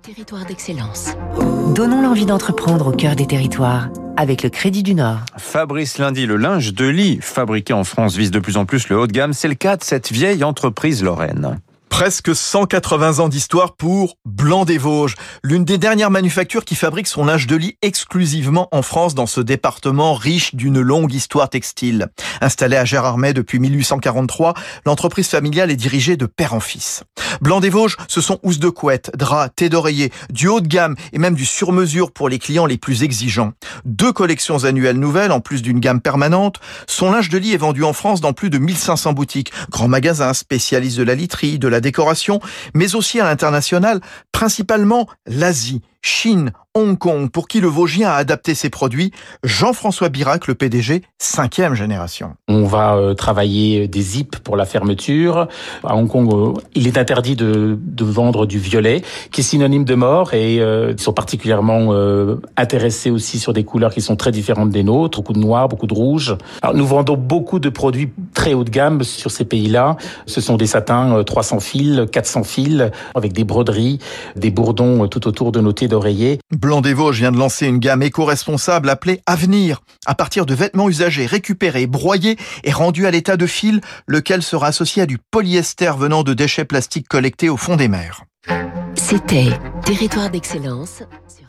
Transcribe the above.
Territoire d'excellence. Donnons l'envie d'entreprendre au cœur des territoires avec le Crédit du Nord. Fabrice Lundi, le linge de lit fabriqué en France vise de plus en plus le haut de gamme. C'est le cas de cette vieille entreprise lorraine. Presque 180 ans d'histoire pour Blanc-des-Vosges, l'une des dernières manufactures qui fabrique son linge de lit exclusivement en France dans ce département riche d'une longue histoire textile. Installée à Gérardmer depuis 1843, l'entreprise familiale est dirigée de père en fils. Blanc-des-Vosges, ce sont housses de couette, draps, thés d'oreiller, du haut de gamme et même du sur-mesure pour les clients les plus exigeants. 2 collections annuelles nouvelles en plus d'une gamme permanente. Son linge de lit est vendu en France dans plus de 1500 boutiques, grands magasins spécialistes de la literie, de la décoration, mais aussi à l'international, principalement l'Asie, Chine, Hong Kong, pour qui le Vosgien a adapté ses produits. Jean-François Birac, le PDG, 5e génération. On va travailler des zips pour la fermeture. À Hong Kong, il est interdit de vendre du violet, qui est synonyme de mort, et ils sont particulièrement intéressés aussi sur des couleurs qui sont très différentes des nôtres, beaucoup de noir, beaucoup de rouge. Alors, nous vendons beaucoup de produits très haut de gamme sur ces pays-là. Ce sont des satins 300 fils, 400 fils, avec des broderies, des bourdons tout autour de nos thés d'oreiller. Blanc-des-Vosges vient de lancer une gamme éco-responsable appelée Avenir. À partir de vêtements usagés, récupérés, broyés et rendus à l'état de fil, lequel sera associé à du polyester venant de déchets plastiques collectés au fond des mers. C'était Territoire d'excellence.